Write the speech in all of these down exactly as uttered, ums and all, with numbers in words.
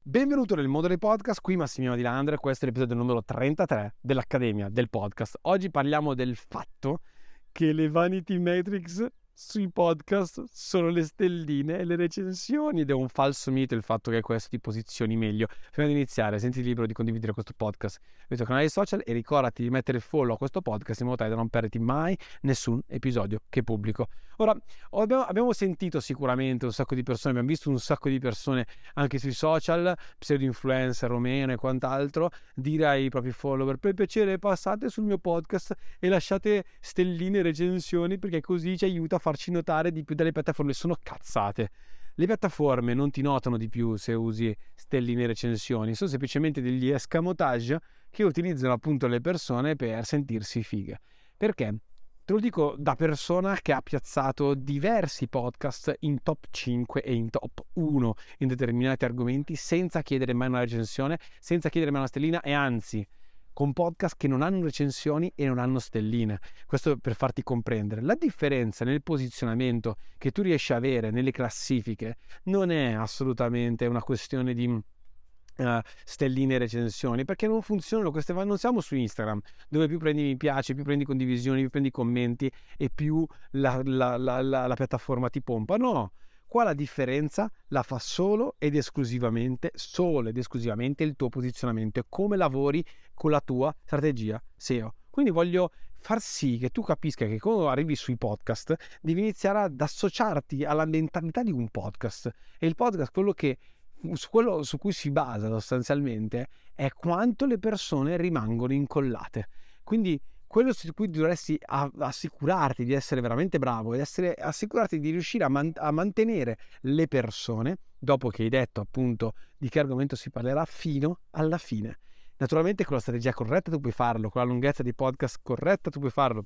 Benvenuto nel mondo dei podcast, qui Massimiliano Di Landre, questo è l'episodio numero trentatré dell'Accademia del Podcast. Oggi parliamo del fatto che le vanity metrics sui podcast sono le stelline e le recensioni ed è un falso mito il fatto che questo ti posizioni meglio. Prima di iniziare, sentiti libero di condividere questo podcast sui tuoi canali social e ricordati di mettere follow a questo podcast in modo tale da non perderti mai nessun episodio che pubblico. Ora, abbiamo, abbiamo sentito sicuramente un sacco di persone, abbiamo visto un sacco di persone anche sui social, pseudo influencer romeno e quant'altro, dire ai propri follower: per piacere passate sul mio podcast e lasciate stelline e recensioni perché così ci aiuta a farci notare di più dalle piattaforme. Sono cazzate. Le piattaforme non ti notano di più se usi stelline e recensioni, sono semplicemente degli escamotage che utilizzano appunto le persone per sentirsi fighe. Perché? Te lo dico da persona che ha piazzato diversi podcast in top cinque e in top uno in determinati argomenti senza chiedere mai una recensione, senza chiedere mai una stellina e anzi con podcast che non hanno recensioni e non hanno stelline. Questo per farti comprendere. La differenza nel posizionamento che tu riesci a avere nelle classifiche non è assolutamente una questione di Uh, stelline e recensioni, perché non funzionano queste. Non siamo su Instagram dove più prendi mi piace, più prendi condivisioni, più prendi commenti e più la, la, la, la, la piattaforma ti pompa. No, qua la differenza la fa solo ed esclusivamente solo ed esclusivamente il tuo posizionamento e come lavori con la tua strategia S E O. Quindi voglio far sì che tu capisca che quando arrivi sui podcast devi iniziare ad associarti alla mentalità di un podcast, e il podcast, quello che su quello su cui si basa sostanzialmente, è quanto le persone rimangono incollate. Quindi quello su cui dovresti assicurarti di essere veramente bravo ed essere assicurarti di riuscire a, man- a mantenere le persone dopo che hai detto appunto di che argomento si parlerà fino alla fine. Naturalmente con la strategia corretta tu puoi farlo, con la lunghezza di podcast corretta tu puoi farlo,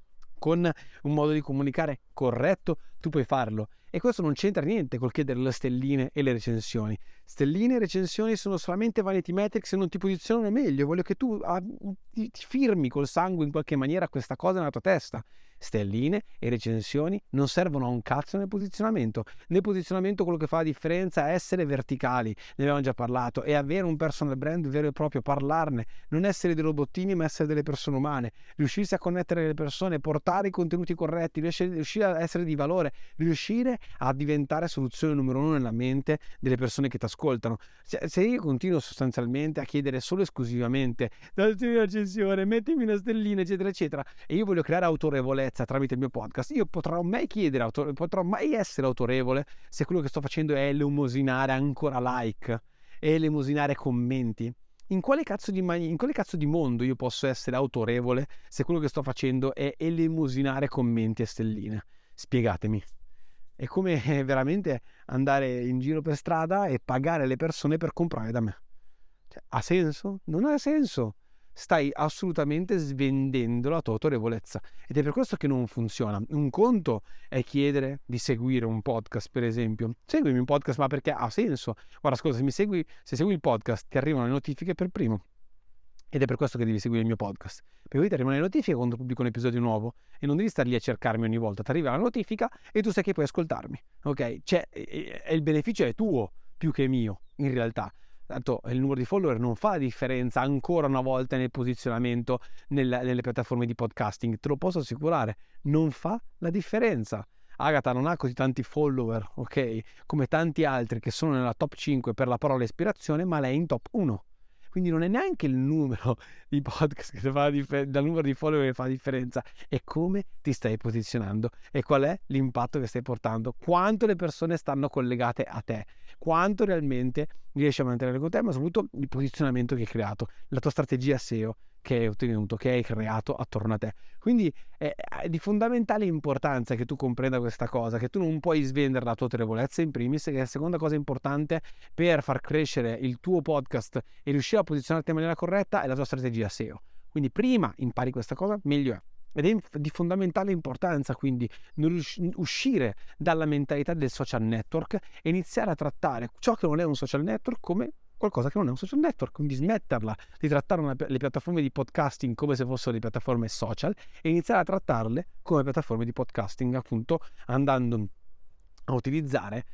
con un modo di comunicare corretto tu puoi farlo, e questo non c'entra niente col chiedere le stelline e le recensioni. Stelline e recensioni sono solamente vanity metrics e non ti posizionano meglio. Voglio che tu ah, ti, ti firmi col sangue in qualche maniera questa cosa nella tua testa. Stelline e recensioni non servono a un cazzo nel posizionamento. Nel posizionamento quello che fa la differenza è essere verticali, ne abbiamo già parlato, e avere un personal brand vero e proprio, parlarne, non essere dei robottini ma essere delle persone umane, riuscirsi a connettere le persone, portare i contenuti corretti, riuscire a essere di valore, riuscire a diventare soluzione numero uno nella mente delle persone che ti ascoltano. Se io continuo sostanzialmente a chiedere solo esclusivamente datti una recensione, mettimi una stellina eccetera eccetera, e io voglio creare autorevolezza tramite il mio podcast, io potrò mai chiedere autor- potrò mai essere autorevole se quello che sto facendo è elemosinare ancora like e elemosinare commenti? In quale cazzo di mani- in quale cazzo di mondo io posso essere autorevole se quello che sto facendo è elemosinare commenti e stelline? Spiegatemi. È come veramente andare in giro per strada e pagare le persone per comprare da me. Cioè, ha senso? Non ha senso. Stai assolutamente svendendo la tua autorevolezza, ed è per questo che non funziona. Un conto è chiedere di seguire un podcast, per esempio. Seguimi un podcast, ma perché ha senso? Guarda, ascolta, se mi segui, se segui il podcast ti arrivano le notifiche per primo, ed è per questo che devi seguire il mio podcast, perché poi ti arrivano le notifiche quando pubblico un episodio nuovo e non devi star lì a cercarmi ogni volta. Ti arriva la notifica e tu sai che puoi ascoltarmi, ok? Cioè, e il beneficio è tuo più che mio, in realtà. Tanto il numero di follower non fa la differenza ancora una volta nel posizionamento nel, nelle piattaforme di podcasting, te lo posso assicurare, non fa la differenza. Agatha non ha così tanti follower, ok, come tanti altri che sono nella top cinque per la parola ispirazione, ma lei è in top uno. Quindi non è neanche il numero di podcast che fa la differenza, dal numero di follower che fa la differenza, è come ti stai posizionando e qual è l'impatto che stai portando, quanto le persone stanno collegate a te, quanto realmente riesci a mantenere con te, ma soprattutto il posizionamento che hai creato, la tua strategia S E O che hai ottenuto, che hai creato attorno a te. Quindi è, è di fondamentale importanza che tu comprenda questa cosa, che tu non puoi svendere la tua autorevolezza in primis, che è la seconda cosa importante per far crescere il tuo podcast e riuscire a posizionarti in maniera corretta è la tua strategia S E O. Quindi prima impari questa cosa, meglio è. Ed è di fondamentale importanza quindi non uscire dalla mentalità del social network e iniziare a trattare ciò che non è un social network come qualcosa che non è un social network, quindi smetterla di trattare una, le piattaforme di podcasting come se fossero le piattaforme social e iniziare a trattarle come piattaforme di podcasting, appunto andando a utilizzare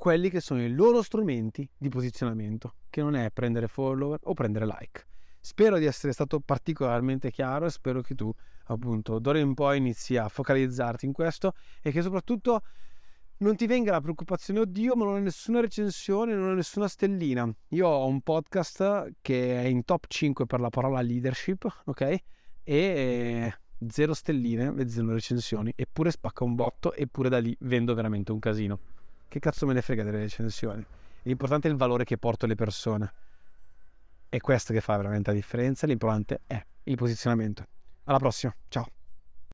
quelli che sono i loro strumenti di posizionamento, che non è prendere follower o prendere like. Spero di essere stato particolarmente chiaro e spero che tu appunto d'ora in poi inizi a focalizzarti in questo e che soprattutto non ti venga la preoccupazione, oddio, ma non ho nessuna recensione, non ho nessuna stellina. Io ho un podcast che è in top cinque per la parola leadership, ok? E zero stelline e zero recensioni, eppure spacca un botto, eppure da lì vendo veramente un casino. Che cazzo me ne frega delle recensioni? L'importante è il valore che porto alle persone. È questo che fa veramente la differenza, l'importante è il posizionamento. Alla prossima, ciao!